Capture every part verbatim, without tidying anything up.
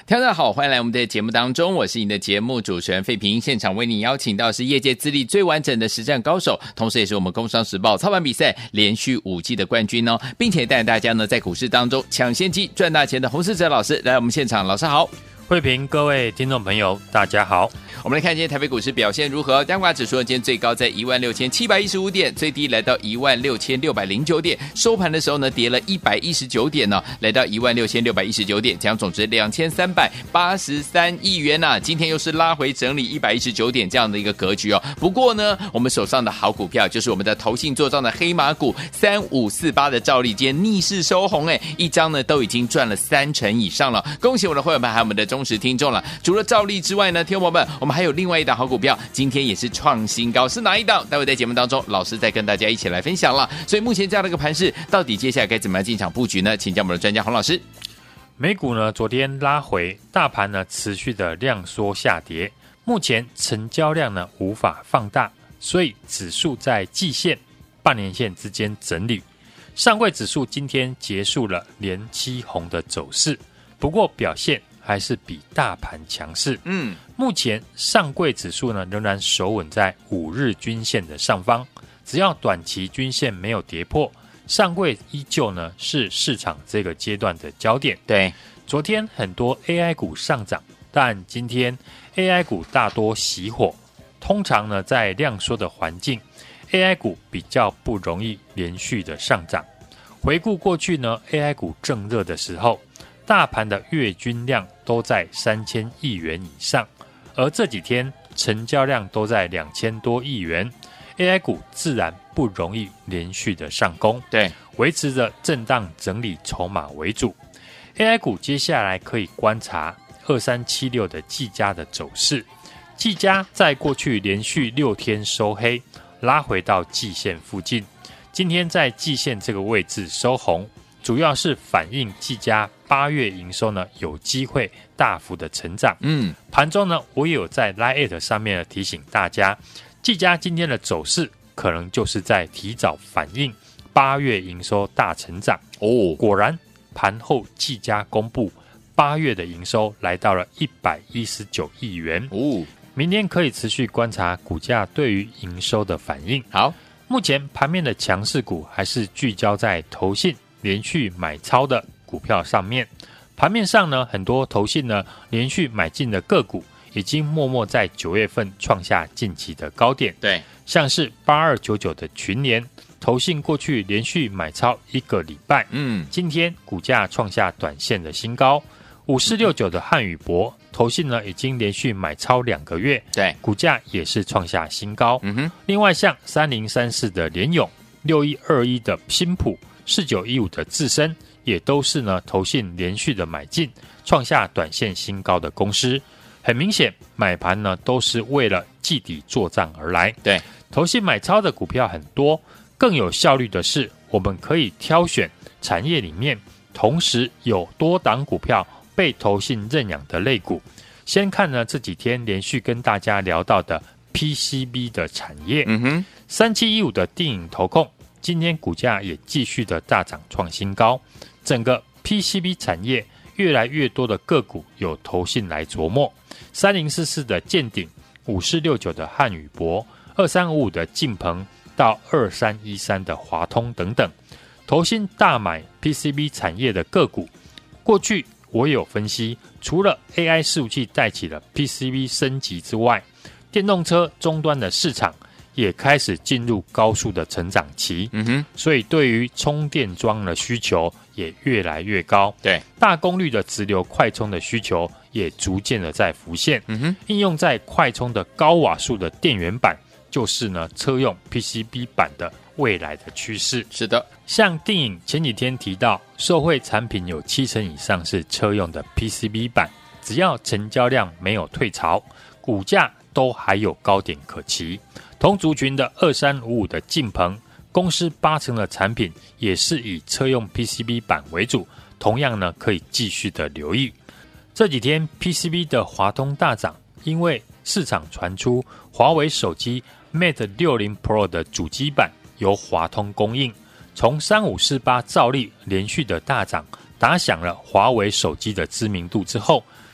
大家好，欢迎来我们的节目当中，我是你的节目主持人费平。现场为你邀请到是业界资历最完整的实战高手，同时也是我们工商时报操盘比赛连续五季的冠军哦，并且带大家呢在股市当中抢先机赚大钱的洪士哲老师来我们现场。老师好。 慧平，各位听众朋友大家好。 我们来看今天台北股市表现如何。加权指数今天最高在一万六千七百一十五点，最低来到一万六千六百零九点，收盘的时候呢跌了一百一十九点呢，来到一万六千六百一十九点，这样总值两千三百八十三亿元啊。今天又是拉回整理一百一十九点这样的一个格局哦。不过呢，我们手上的好股票就是我们的投信做账的黑马股三五四八的兆利，今天逆势收红，哎，一张呢都已经赚了三成以上了。恭喜我们的会员们还有我们的忠实听众了。除了兆利之外呢，听众朋友们，我们还有另外一档好股票，今天也是创新高，是哪一档？待会在节目当中，老师再跟大家一起来分享了。所以目前这样的一个盘势，到底接下来该怎么样进场布局呢？请教我们的专家洪老师。 美股呢昨天拉回，大盘呢持续的量缩下跌，目前成交量呢无法放大，所以指数在季线、半年线之间整理。上柜指数今天结束了连七红的走势，不过表现还是比大盘强势。嗯，目前上柜指数呢仍然守稳在五日均线的上方，只要短期均线没有跌破，上柜依旧呢是市场这个阶段的焦点。 对， 昨天很多 A I 股上涨，但今天 A I 股大多熄火。通常呢在量缩的环境， A I 股比较不容易连续的上涨。回顾过去呢 A I 股正热的时候，大盘的月均量都在三千亿元以上，而这几天成交量都在两千多亿元， A I 股自然不容易连续的上攻， 对， 维持着震荡整理筹码为主。 A I 股接下来可以观察二三七六的技嘉的走势，技嘉在过去连续六天收黑，拉回到季线附近，今天在季线这个位置收红，主要是反映技嘉八月营收呢有机会大幅的成长。嗯，盘中呢我也有在 Line 上面提醒大家，技嘉今天的走势可能就是在提早反映八月营收大成长。哦，果然盘后技嘉公布八月的营收来到了一百一十九亿元。哦，明天可以持续观察股价对于营收的反应。好，目前盘面的强势股还是聚焦在投信连续买超的股票上面。盘面上呢，很多投信呢连续买进的个股已经默默在九月份创下近期的高点。 对， 像是八二九九的群联，投信过去连续买超一个礼拜，嗯，今天股价创下短线的新高。五四六九的汉语博，投信呢已经连续买超两个月， 对， 股价也是创下新高。嗯哼，另外像三零三四的联咏、六一二一的新普、四九一五的智深，也都是呢投信连续的买进，创下短线新高的公司。很明显，买盘呢都是为了季底作战而来。 对， 投信买超的股票很多，更有效率的是，我们可以挑选产业里面同时有多档股票被投信认养的类股。先看呢这几天连续跟大家聊到的 P C B 的产业，嗯哼，三七一五的定影投控，今天股价也继续的大涨创新高。整个 P C B 产业越来越多的个股有投信来琢磨，三零四四的健鼎，五四六九的汉语博，二三五五的晋鹏，到二三一三的华通等等，投信大买 P C B 产业的个股。过去我也有分析，除了 A I 伺服器带起了 P C B 升级之外，电动车终端的市场也开始进入高速的成长期。嗯哼，所以对于充电桩的需求也越来越高。 对， 大功率的直流快充的需求也逐渐的在浮现。嗯哼，应用在快充的高瓦数的电源板，就是呢车用 P C B 板的未来的趋势。 是的， 像定影前几天提到，受惠产品有七成以上是车用的 P C B 板，只要成交量没有退潮，股价都还有高点可期。同族群的二三五五的晋鹏，公司八成的产品也是以车用 P C B 板为主，同样呢可以继续的留意。这几天 P C B 的华通大涨，因为市场传出华为手机 Mate 六十 Pro 的主机板由华通供应，从三五四八兆利连续的大涨，打响了华为手机的知名度之后，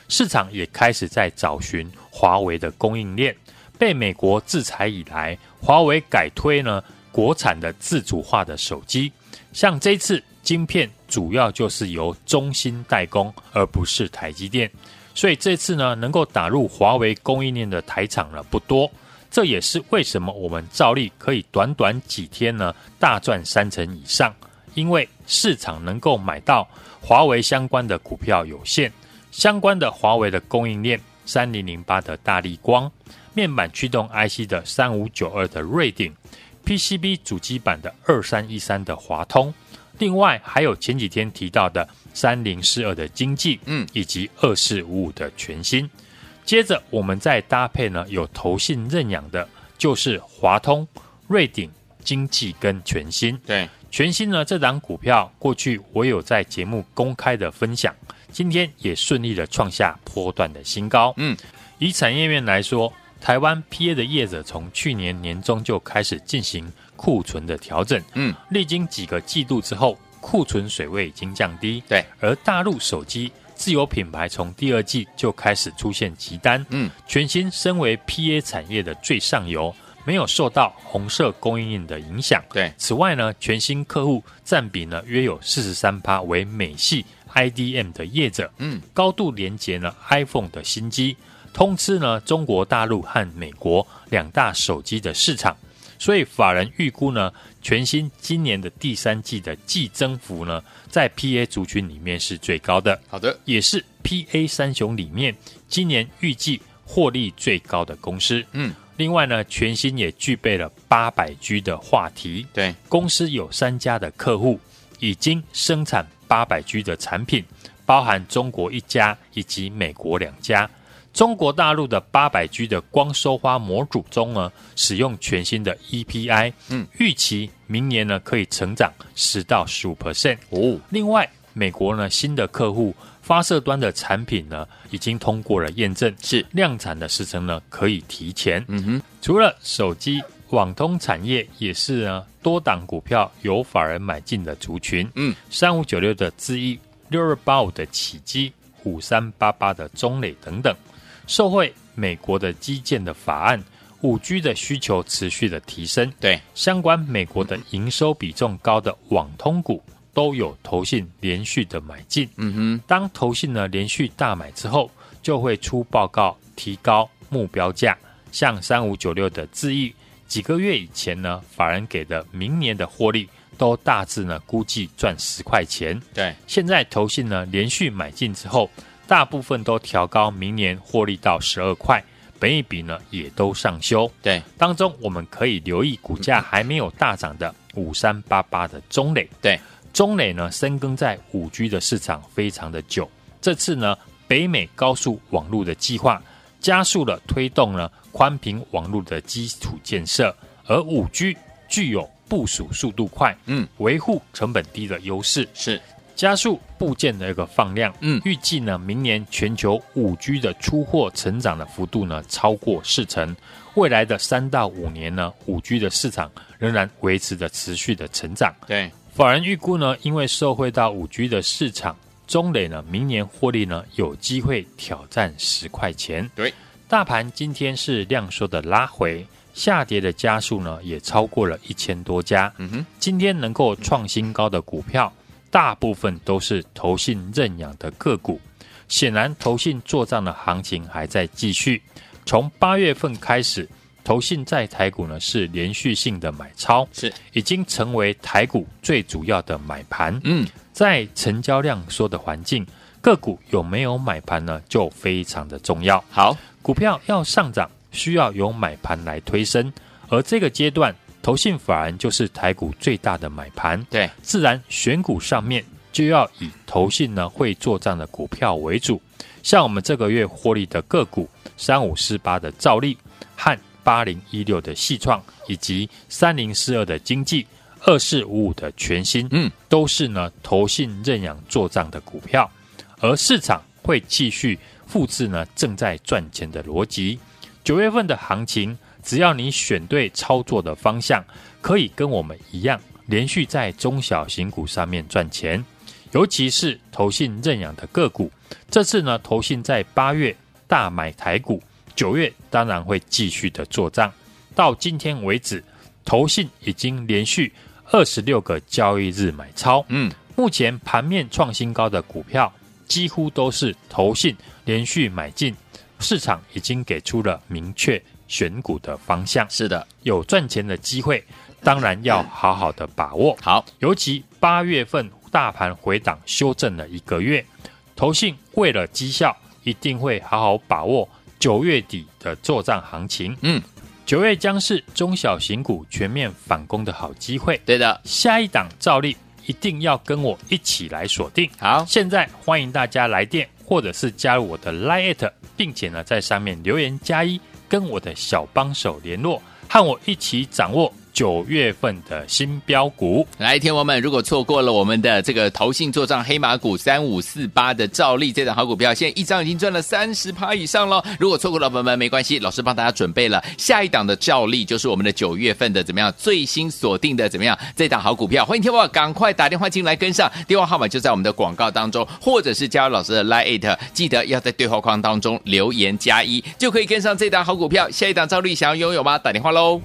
市场也开始在找寻华为的供应链。被美国制裁以来，华为改推呢国产的自主化的手机，像这次晶片主要就是由中芯代工，而不是台积电。所以这次呢，能够打入华为供应链的台厂呢不多，这也是为什么我们照例可以短短几天呢大赚三成以上，因为市场能够买到华为相关的股票有限，相关的华为的供应链三零零八的大立光，面板驱动 I C 的三五九二的瑞鼎， P C B 主机板的二三一三的华通，另外还有前几天提到的三零四二的经济，嗯，以及二四五五的全新。接着我们再搭配呢有投信认养的，就是华通、瑞鼎、经济跟全新。 对， 全新呢这档股票过去我有在节目公开的分享，今天也顺利的创下波段的新高。嗯，以产业面来说，台湾 P A 的业者从去年年中就开始进行库存的调整，嗯，历经几个季度之后，库存水位已经降低。 对， 而大陆手机自有品牌从第二季就开始出现急单，嗯，全新身为 P A 产业的最上游，没有受到红色供应链的影响。 对， 此外呢，全新客户占比呢约有 百分之四十三 为美系 I D M 的业者，嗯，高度连结呢 iPhone 的新机，通吃呢中国大陆和美国两大手机的市场。所以法人预估呢，全新今年的第三季的季增幅呢，在 P A 族群里面是最高的。 好的， 也是 P A 三雄里面今年预计获利最高的公司。嗯，另外呢，全新也具备了八百 G 的话题。 对， 公司有三家的客户已经生产八百 G 的产品，包含中国一家以及美国两家。中国大陆的八百 G 的光收发模组中呢，使用全新的 E P I， 嗯，预期明年呢可以成长百分之十到百分之十五 哦。另外，美国呢新的客户发射端的产品呢已经通过了验证，是量产的时程呢可以提前。嗯哼，除了手机，网通产业也是呢多档股票有法人买进的族群。嗯，三五九六的智易，六二八五的启基，五三八八的中磊等等。受惠美国的基建的法案， 五 G 的需求持续的提升，对相关美国的营收比重高的网通股都有投信连续的买进。嗯哼，当投信呢连续大买之后，就会出报告提高目标价。像三五九六的智易，几个月以前呢，法人给的明年的获利都大致呢估计赚十块钱。对，现在投信呢连续买进之后，大部分都调高明年获利到十二块，本益比呢也都上修。对，当中我们可以留意股价还没有大涨的五三八八的中磊。对，中磊呢深耕在 五 G 的市场非常的久，这次呢北美高速网络的计划加速了推动呢宽频网络的基础建设，而 五 G 具有部署速度快，嗯，维护成本低的优势，是加速部件的一个放量，嗯，预计呢，明年全球 五 G 的出货成长的幅度呢超过四成，未来的三到五年呢 ，五 G 的市场仍然维持着持续的成长。对，法人预估呢，因为受惠到 五 G 的市场，中磊呢明年获利呢有机会挑战十块钱。对，大盘今天是量缩的拉回，下跌的家数呢也超过了一千多家。嗯哼，今天能够创新高的股票，大部分都是投信认养的个股，显然投信做账的行情还在继续。从八月份开始，投信在台股呢是连续性的买超，是已经成为台股最主要的买盘。嗯，在成交量缩的环境，个股有没有买盘呢，就非常的重要。好，股票要上涨，需要有买盘来推升，而这个阶段，投信法人就是台股最大的买盘，对，自然选股上面就要以投信呢会做账的股票为主。像我们这个月获利的个股，三五四八的兆利和八零一六的细创，以及三零四二的经济，二四五五的全新，嗯，都是呢投信认养做账的股票，而市场会继续复制呢正在赚钱的逻辑。九月份的行情，只要你选对操作的方向，可以跟我们一样，连续在中小型股上面赚钱。 尤其是投信认养的个股。这次呢，投信在八月大买台股，九月当然会继续的做账。到今天为止，投信已经连续二十六个交易日买超。嗯，目前盘面创新高的股票，几乎都是投信连续买进，市场已经给出了明确选股的方向。 是的， 有赚钱的机会，当然要好好的把握。 好， 尤其八月份大盘回档修正了一个月，投信为了绩效，一定会好好把握九月底的作战行情。嗯，九月将是中小型股全面反攻的好机会。 对的， 下一档照例一定要跟我一起来锁定。 好， 现在欢迎大家来电，或者是加入我的 Line， 并且呢在上面留言加一，跟我的小帮手联络，和我一起掌握九月份的新标股。 来，天王们，如果错过了我们的这个投信做账黑马股三五四八的兆利这档好股票，现在一张已经赚了 百分之三十 以上了。如果错过了朋友们没关系，老师帮大家准备了下一档的兆利，就是我们的九月份的怎么样最新锁定的怎么样这档好股票。欢迎天王赶快打电话进来跟上，电话号码就在我们的广告当中，或者是加入老师的 Line， 记得要在对话框当中留言加一，就可以跟上这档好股票。下一档兆利想要拥有吗？打电话喽。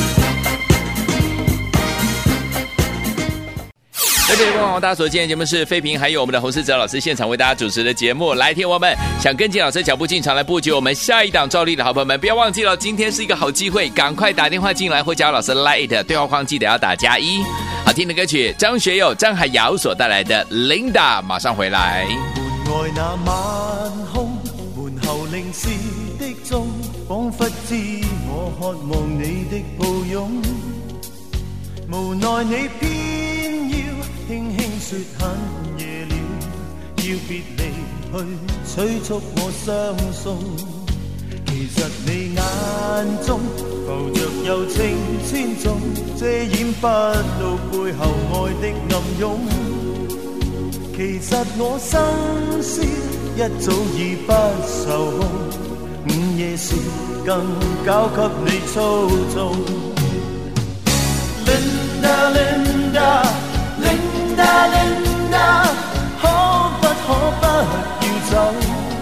在这里，观众大家所见的节目是飞平，还有我们的洪士哲老师现场为大家主持的节目。来，听我们想跟紧老师的脚步进场来布局我们下一档兆利的好朋友们，不要忘记了，今天是一个好机会，赶快打电话进来或加入老师的 Line 对话框，记得要打加一。好聽的歌曲，張學友、張海瑤所帶來的 Linda， 馬上回來。 門外那晚空，門後零時的鐘，彷彿知我渴望你的抱擁，無奈你偏要輕輕說很夜了，要別離去催促我相送。其實你眼中浮着柔情千種，遮掩不到背後愛的暗湧。其實我心思一早已不受控，午夜時更交給你操縱。Linda Linda Linda Linda， 可不可不要走？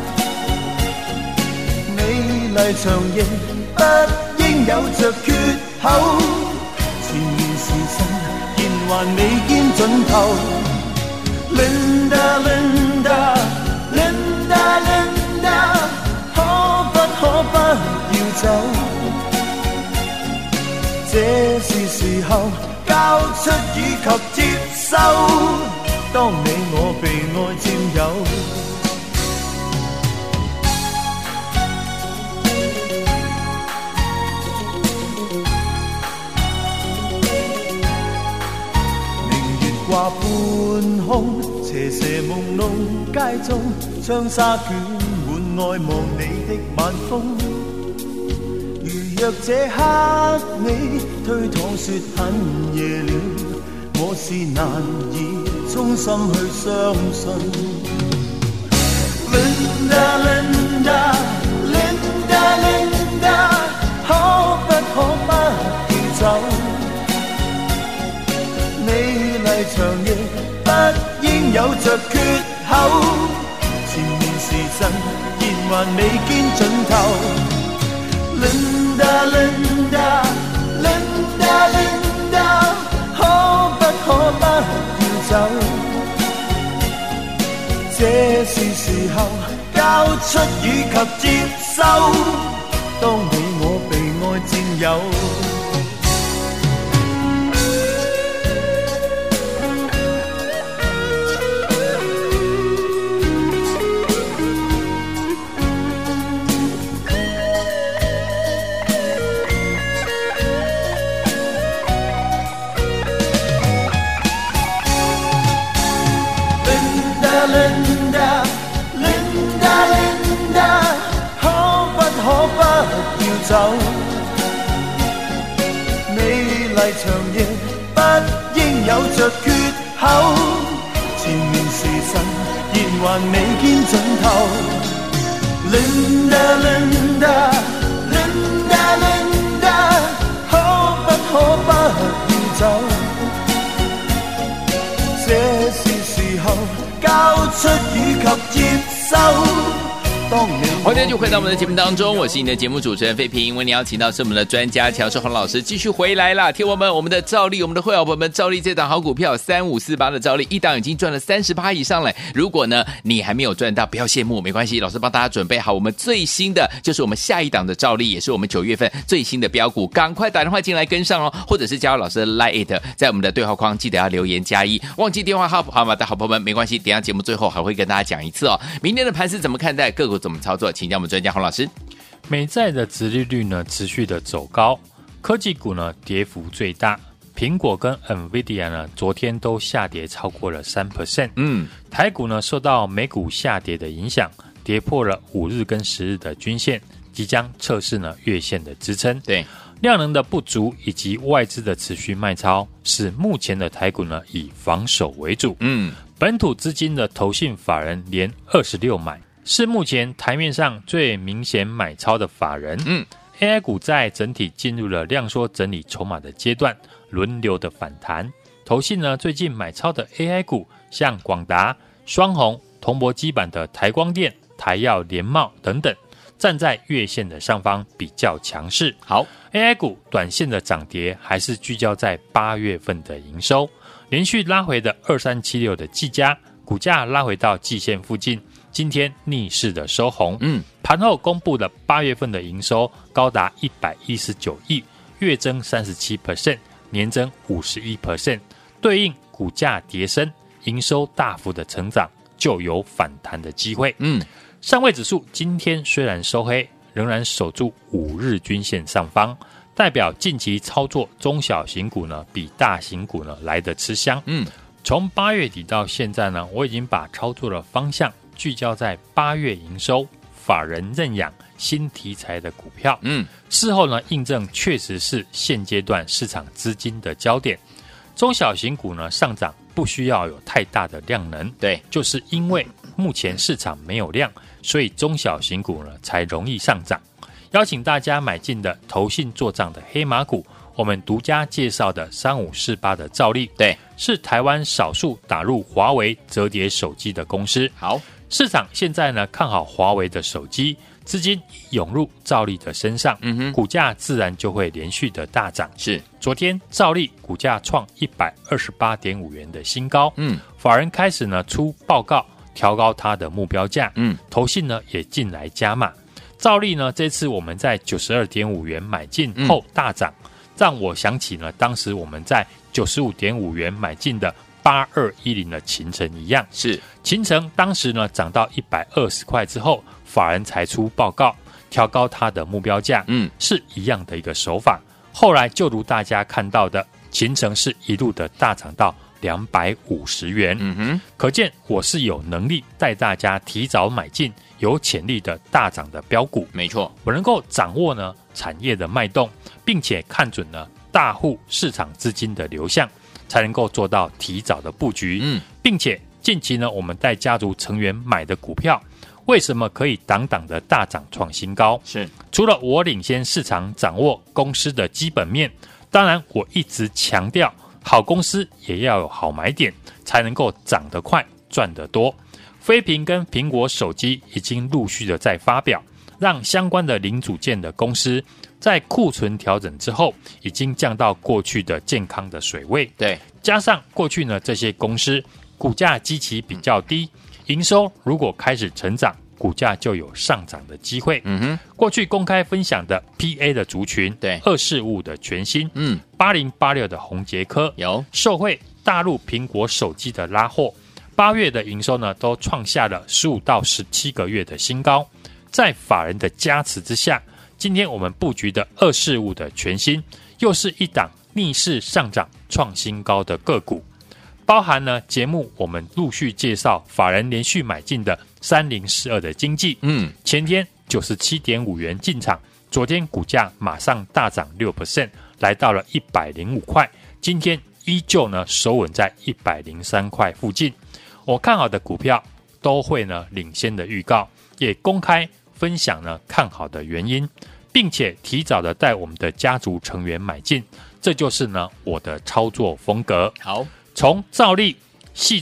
美麗長形不應有着缺口，前面是神，現還未見盡頭。Linda Linda Linda Linda， 可不可不要走？這是時候交出以及接受，當你我被愛佔有。明月掛半空，斜斜朦朧街中，窗紗捲滿愛望你的晚風。若這刻你推搪說很夜了，我是難以衷心去相信。Linda Linda Linda Linda， 可不可不要走？美麗長夜不應有着缺口，前面是神，現還未見盡頭。Linda Linda Linda Linda， 可不可不要走？這是時候交出以及接受，當你我被愛佔有。Linda Linda Linda， 可不可不要走？美麗長夜不應有着缺口，前面是神，現還未見盡頭。Linda Linda Linda Linda， 可不可不要走？這是時候交出與及接收。 欢迎就回到我们的节目当中，我是你的节目主持人费平。为你邀请到是我们的专家乔世宏老师继续回来啦。听我们，我们的兆利，我们的会员朋友们，兆利这档好股票三五四八的兆利，一档已经赚了三十趴以上了。如果呢你还没有赚到，不要羡慕，没关系，老师帮大家准备好我们最新的，就是我们下一档的兆利，也是我们九月份最新的标股，赶快打电话进来跟上哦，或者是加入老师的 Line it， 在我们的对话框记得要留言加一，忘记电话号号码的好朋友们没关系，等一下节目最后还会跟大家讲一次哦。明天的盘势怎么看待，个股怎么操作，请教我们专家洪老师。 美债的殖利率呢持续的走高，科技股呢跌幅最大，苹果跟 Nvidia 呢昨天都下跌超过了 百分之三。嗯，台股呢受到美股下跌的影响，跌破了五日跟十日的均线，即将测试呢月线的支撑。 对， 量能的不足以及外资的持续卖超，使目前的台股呢以防守为主。嗯，本土资金的投信法人连二十六买。是目前台面上最明显买超的法人。嗯 ，A I 股在整体进入了量缩整理筹码的阶段，轮流的反弹。投信呢最近买超的 A I 股，像广达、双虹、铜箔基板的台光电、台耀、联茂等等，站在月线的上方比较强势。 好 ，A I 股短线的涨跌还是聚焦在八月份的营收，连续拉回的二三七六的技嘉，股价拉回到季线附近。今天逆势的收红，嗯，盘后公布的八月份的营收高达一百一十九亿，月增 百分之三十七， 年增 百分之五十一， 对应股价跌升，营收大幅的成长，就有反弹的机会。嗯，上柜指数今天虽然收黑，仍然守住五日均线上方，代表近期操作中小型股呢比大型股呢来得吃香。嗯，从八月底到现在呢，我已经把操作的方向聚焦在八月营收、法人认养、新题材的股票。嗯，事后呢，印证确实是现阶段市场资金的焦点。中小型股呢上涨不需要有太大的量能， 对， 就是因为目前市场没有量，所以中小型股呢才容易上涨。邀请大家买进的投信做账的黑马股，我们独家介绍的三五四八的兆利， 对， 是台湾少数打入华为折叠手机的公司。 好。 市场现在呢看好华为的手机，资金涌入兆利的身上，嗯哼，股价自然就会连续的大涨。 是， 昨天兆利股价创 一百二十八点五元的新高，嗯，法人开始呢出报告调高它的目标价，嗯，投信呢也进来加码。兆利呢这次我们在 九十二点五元买进后大涨，嗯，让我想起呢当时我们在 九十五点五元买进的八二一零的勤诚一样， 是勤诚当时呢涨到一百二十块之后，法人才出报告调高它的目标价，嗯，是一样的一个手法。后来就如大家看到的，勤诚是一路的大涨到两百五十元，嗯哼，可见我是有能力带大家提早买进有潜力的大涨的标股。 没错， 我能够掌握呢产业的脉动，并且看准了大户市场资金的流向，才能够做到提早的布局，嗯，并且近期呢，我们带家族成员买的股票，为什么可以档档的大涨创新高？ 是除了我领先市场，掌握公司的基本面，当然我一直强调，好公司也要有好买点，才能够涨得快，赚得多。飞屏跟苹果手机已经陆续的在发表，让相关的零组件的公司在库存调整之后，已经降到过去的健康的水位。 对， 加上过去呢，这些公司股价基期比较低，营收如果开始成长，股价就有上涨的机会。嗯哼，过去公开分享的 P A 的族群， 对， 二四五的全新，嗯，八零八六的宏捷科有受惠大陆苹果手机的拉货，八月的营收呢都创下了十五到十七个月的新高，在法人的加持之下。今天我们布局的二四五的全新，又是一档逆势上涨创新高的个股，包含呢节目我们陆续介绍法人连续买进的三零四二的经济，嗯，前天 九十七点五元进场，昨天股价马上大涨 百分之六， 来到了一百零五块，今天依旧呢守稳在一百零三块附近。我看好的股票都会呢领先的预告，也公开分享呢看好的原因，并且提早的带我们的家族成员买进，这就是呢我的操作风格。 好， 从兆利、细创、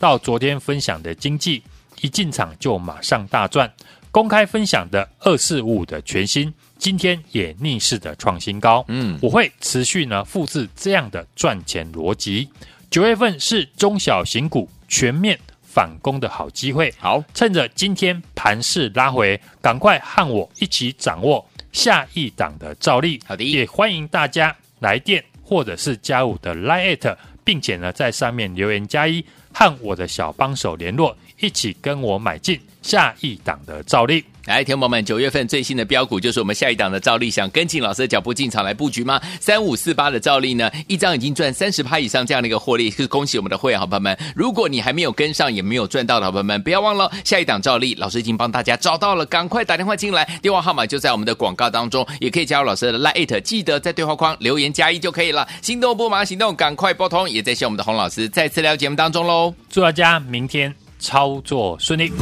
到昨天分享的经济，一进场就马上大赚。公开分享的二四五五的全新，今天也逆势的创新高。嗯，我会持续呢复制这样的赚钱逻辑。九月份是中小型股全面反攻的好机会。好，趁着今天盘势拉回，赶快和我一起掌握下一档的照例。好的，也欢迎大家来电或者是加入的 Line， 并且呢在上面留言加一，和我的小帮手联络，一起跟我买进下一档的照例。 来，听众朋友们，九月份最新的标股就是我们下一档的照例，想跟进老师的脚步进场来布局吗？三五四八的照例呢，一张已经赚 百分之三十 以上这样的一个获利，是恭喜我们的会员好朋友们。如果你还没有跟上，也没有赚到的好朋友们，不要忘了下一档照例，老师已经帮大家找到了，赶快打电话进来，电话号码就在我们的广告当中，也可以加入老师的 Line， 记得在对话框留言加一就可以了。心动不忙行动，赶快拨通，也在谢我们的洪老师再次来到节目当中喽。 祝大家明天操作顺利。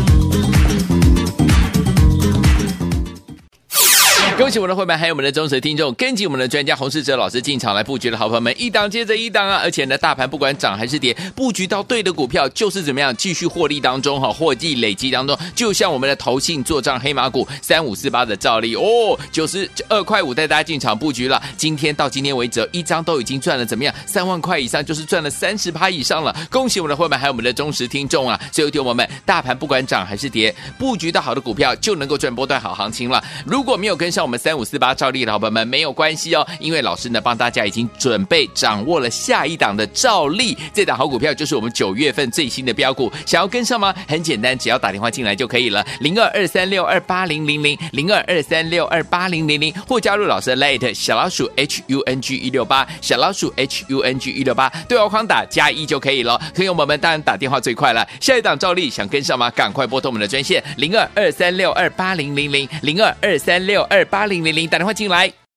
恭喜我们的会员还有我们的忠实听众，跟紧我们的专家洪士哲老师进场来布局的好朋友们，一档接着一档啊！而且呢，大盘不管涨还是跌，布局到对的股票就是怎么样继续获利当中哈，获利累积当中，就像我们的投信做账黑马股三五四八的照例哦，九十二块五带大家进场布局了。今天到今天为止，一张都已经赚了怎么样？三万块以上，就是赚了三十趴以上了。恭喜我们的会员还有我们的忠实听众啊！所以听我们，大盘不管涨还是跌，布局到好的股票就能够赚波段好行情了。如果没有跟上我们三五四八照例的好朋友们，没有关系哦，因为老师呢帮大家已经准备掌握了下一档的照例，这档好股票就是我们九月份最新的标股，想要跟上吗？很简单，只要打电话进来就可以了，零二二三六二八零零零，零二二三六二八零零零，或加入老师的 Lite 小老鼠 H U N G 一六八，小老鼠 H U N G 一六八，对话框打加一就可以了。朋友们当然打电话最快了，下一档照例想跟上吗？赶快拨通我们的专线零二二三六二八零零零，零二二三六二八零零零，打电话进来。